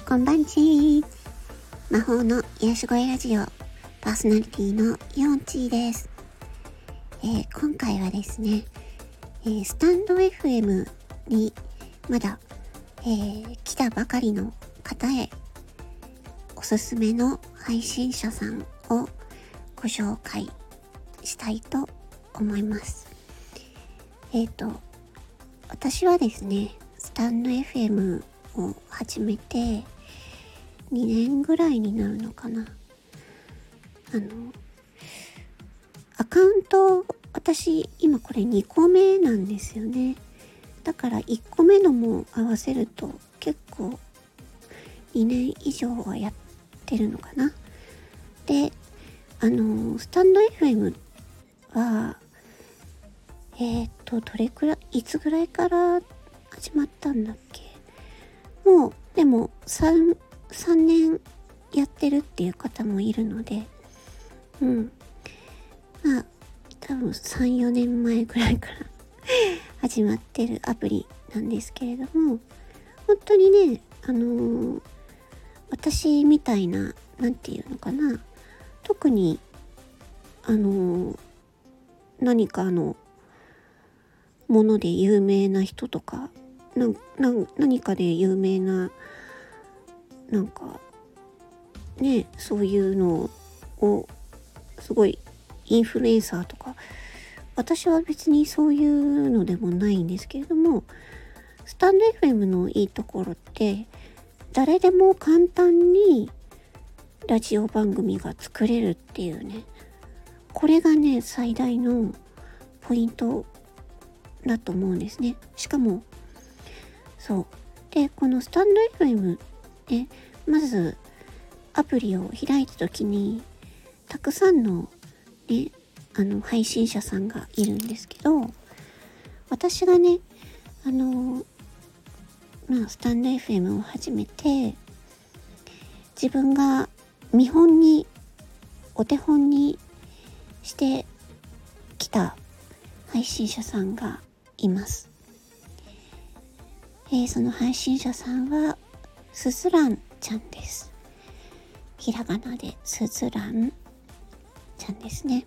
こんばんち。魔法の癒し声ラジオパーソナリティのヨンチーです。今回はですね、スタンド FM にまだ、来たばかりの方へおすすめの配信者さんをご紹介したいと思います。私はですね、スタンド FM を始めて2年ぐらいになるのかな。アカウント、私今これ2個目なんですよね。だから1個目のも合わせると結構2年以上はやってるのかな。で、スタンド FM はどれくらい、いつぐらいから始まったんだっけ。もうでも3年やってるっていう方もいるので、まあ多分 3,4 年前ぐらいから始まってるアプリなんですけれども、本当にね、私みたいな、なんていうのかな、特に何かもので有名な人とか何かで有名ななんかね、そういうのをすごいインフルエンサーとか、私は別にそういうのでもないんですけれども、スタンド FM のいいところって誰でも簡単にラジオ番組が作れるっていうね、これがね最大のポイントだと思うんですね。しかもそうで、このスタンド FM でまずアプリを開いた時にたくさんのね配信者さんがいるんですけど、私がねスタンド FM を始めて自分がお手本にしてきた配信者さんがいます。その配信者さんはすずらんちゃんです。ひらがなですずらんちゃんですね。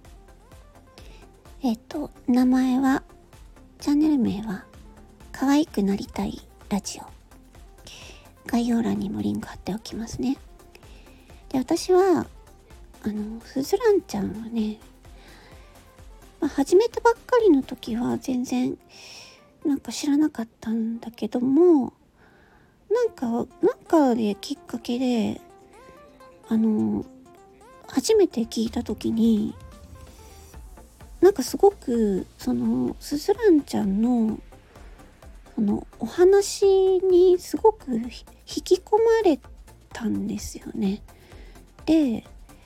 名前は、チャンネル名は可愛くなりたいラジオ。概要欄にもリンク貼っておきますね。で、私はすずらんちゃんはね、始めたばっかりの時は全然なんか知らなかったんだけども、なんかできっかけで初めて聞いた時になんかすごくそのすずらんちゃんのお話にすごく引き込まれたんですよね。で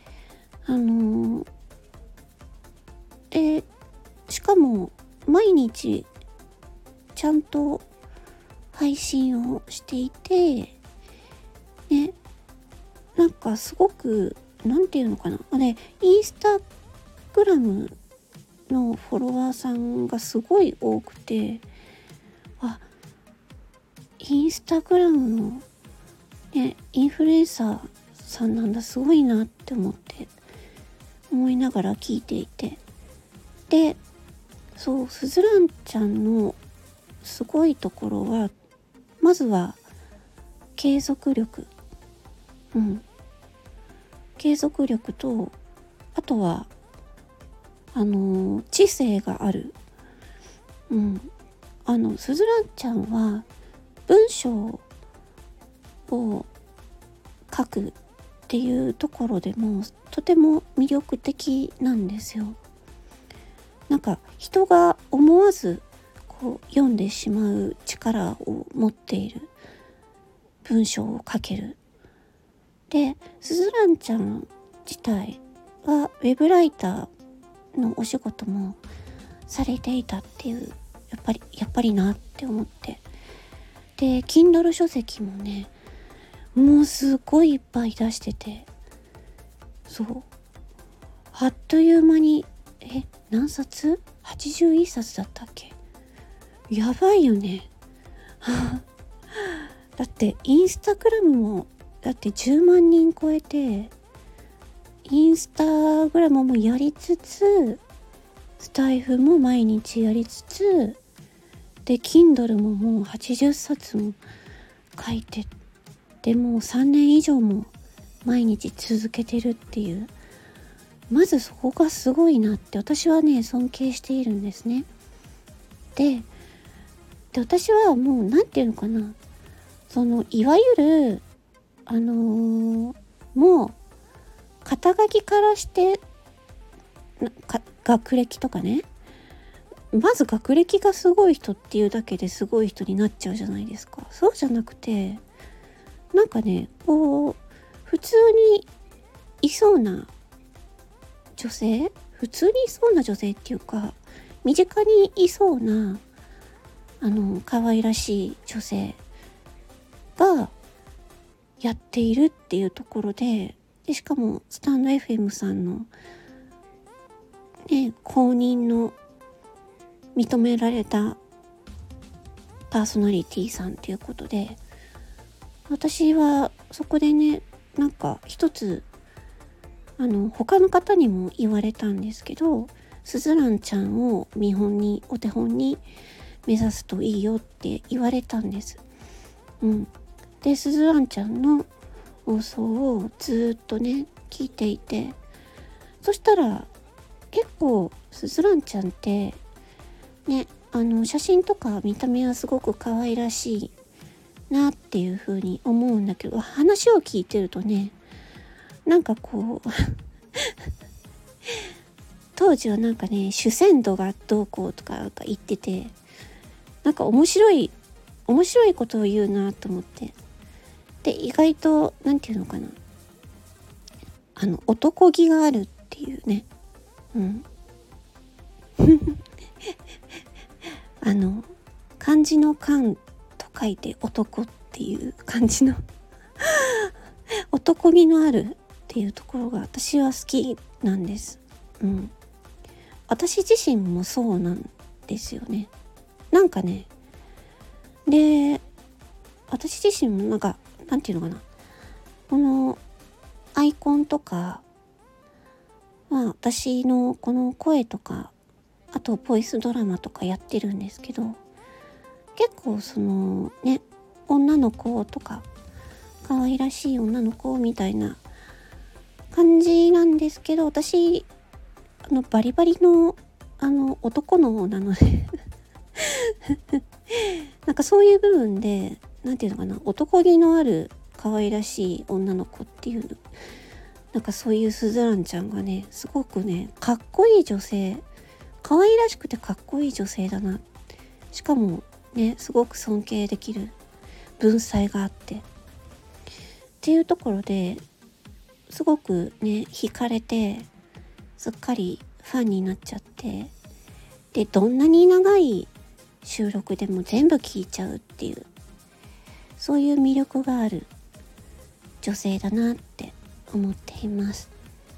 しかも毎日ちゃんと配信をしていてね、なんかすごくなんていうのかな、インスタグラムのフォロワーさんがすごい多くて、インスタグラムのねインフルエンサーさんなんだ、すごいなって思いながら聞いていて、で、そう、すずらんちゃんのすごいところはまずは継続力、継続力と、あとは知性がある。すずらんちゃんは文章を書くっていうところでもとても魅力的なんですよ。なんか人が思わず読んでしまう力を持っている文章を書ける。で、すずらんちゃん自体はウェブライターのお仕事もされていたっていう、やっぱりなって思って、で Kindle 書籍もねもうすごいいっぱい出してて、そうあっという間に何冊 ?81 冊だったっけ。やばいよねだってインスタグラムもだって10万人超えて、インスタグラムもやりつつ、スタイフも毎日やりつつで、 Kindle ももう80冊も書いて、でもう3年以上も毎日続けてるっていう、まずそこがすごいなって私はね尊敬しているんですね。で私はもうなんていうのかな、そのいわゆるもう肩書きからして学歴とかね、まず学歴がすごい人っていうだけですごい人になっちゃうじゃないですか。そうじゃなくて、なんかねこう普通にいそうな女性、普通にいそうな女性っていうか、身近にいそうな可愛らしい女性がやっているっていうところで、しかもスタンド FM さんのね公認の認められたパーソナリティさんっていうことで、私はそこでねなんか一つ他の方にも言われたんですけど、すずらんちゃんを見本にお手本に目指すといいよって言われたんです。で、すずらんちゃんの放送をずっとね聞いていて、そしたら結構すずらんちゃんってね写真とか見た目はすごく可愛らしいなっていう風に思うんだけど、話を聞いてるとねなんかこう当時はなんかね主戦度がどうこうとか言ってて、なんか面白いことを言うなと思って、で意外となんていうのかな、男気があるっていうね、漢字の漢と書いて男っていう感じの男気のあるっていうところが私は好きなんです。私自身もそうなんですよね。なんかね、で私自身もなんていうのかな、このアイコンとか私のこの声とか、あとボイスドラマとかやってるんですけど、結構そのね女の子とか可愛らしい女の子みたいな感じなんですけど、私バリバリの男のなのでなんかそういう部分でなんていうのかな、男気のある可愛らしい女の子っていうの、なんかそういうすずらんちゃんがねすごくねかっこいい女性、可愛らしくてかっこいい女性だな、しかもねすごく尊敬できる文才があってっていうところですごくね惹かれて、すっかりファンになっちゃって、でどんなに長い収録でも全部聞いちゃうっていう、そういう魅力がある女性だなって思っています。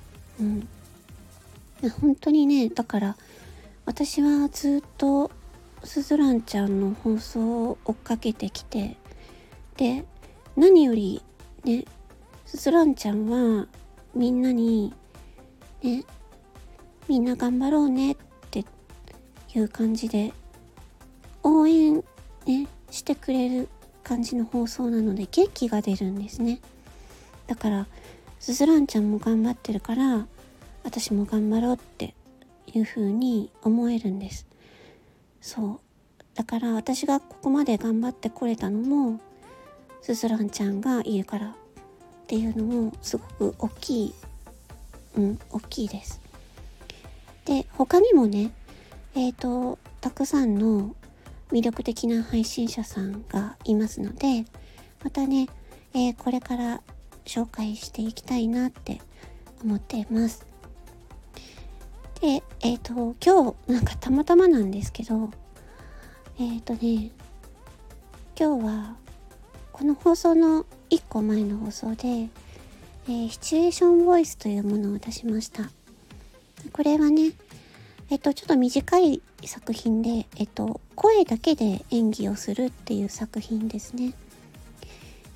本当にね、だから私はずっとすずらんちゃんの放送を追っかけてきて、で何よりねすずらんちゃんはみんなにね、みんな頑張ろうねっていう感じで応援ねしてくれる感じの放送なので元気が出るんですね。だからすずらんちゃんも頑張ってるから私も頑張ろうっていう風に思えるんです。そうだから私がここまで頑張ってこれたのもすずらんちゃんがいるからっていうのもすごく大きいです。で他にもねたくさんの魅力的な配信者さんがいますので、またね、これから紹介していきたいなって思っています。で今日なんかたまたまなんですけど今日はこの放送の1個前の放送で、シチュエーションボイスというものを出しました。これはねちょっと短い作品で、声だけで演技をするっていう作品ですね。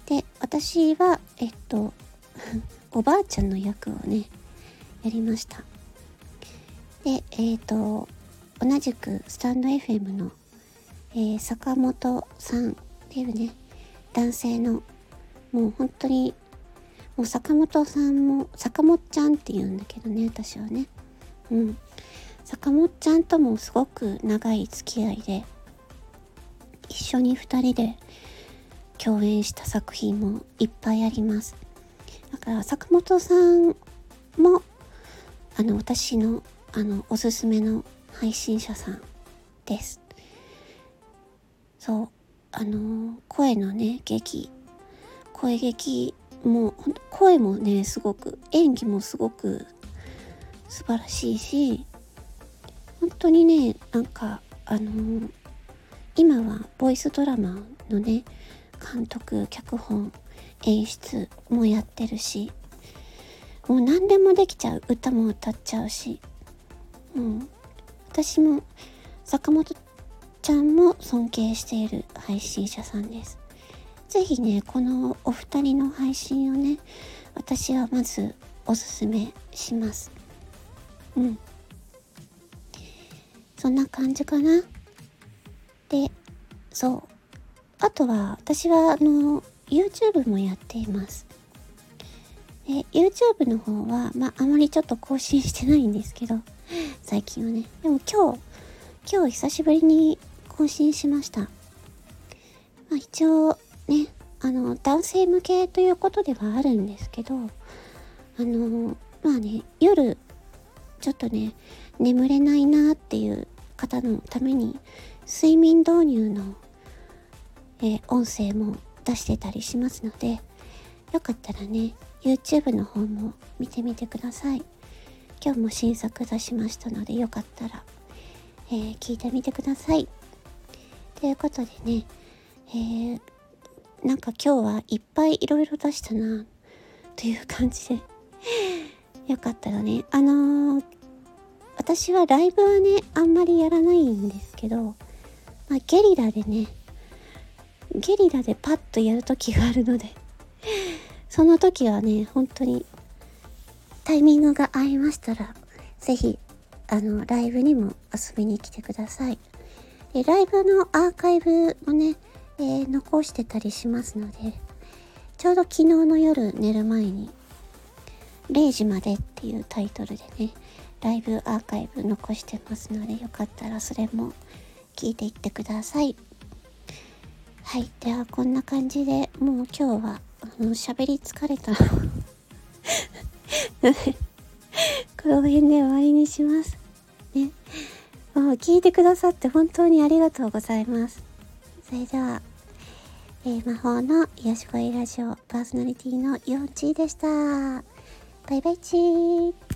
で、私はおばあちゃんの役をねやりました。で同じくスタンド FM の、坂本さんっていうね男性の、もう本当にもう坂本さんも坂本ちゃんって言うんだけどね、私はね、坂本ちゃんともすごく長い付き合いで、一緒に2人で共演した作品もいっぱいあります。だから坂本さんも私のおすすめの配信者さんです。そう、声のね声劇も声もねすごく、演技もすごく素晴らしいし、本当にねなんか今はボイスドラマのね監督、脚本、演出もやってるし、もう何でもできちゃう、歌も歌っちゃうし、私も坂本ちゃんも尊敬している配信者さんです。ぜひねこのお二人の配信をね私はまずおすすめします。そんな感じかな。で、そう、あとは私はYouTube もやっています。で YouTube の方はあまりちょっと更新してないんですけど、最近はね、でも今日久しぶりに更新しました。一応ね男性向けということではあるんですけど、夜ちょっとね眠れないなっていう方のために睡眠導入の、音声も出してたりしますので、よかったらね YouTube の方も見てみてください。今日も新作出しましたので、よかったら、聞いてみてください。ということでね、なんか今日はいっぱいいろいろ出したなという感じでよかったらね、私はライブはねあんまりやらないんですけど、ゲリラでパッとやる時があるのでその時はね本当にタイミングが合いましたら、ぜひライブにも遊びに来てください。でライブのアーカイブもね、残してたりしますので、ちょうど昨日の夜寝る前に0時までっていうタイトルでねライブアーカイブ残してますので、よかったらそれも聞いていってください。はい、ではこんな感じでもう今日は喋り疲れたこの辺で終わりにしますね。もう聞いてくださって本当にありがとうございます。それでは、魔法の癒し声ラジオパーソナリティのヨンチーでした。バイバイチー。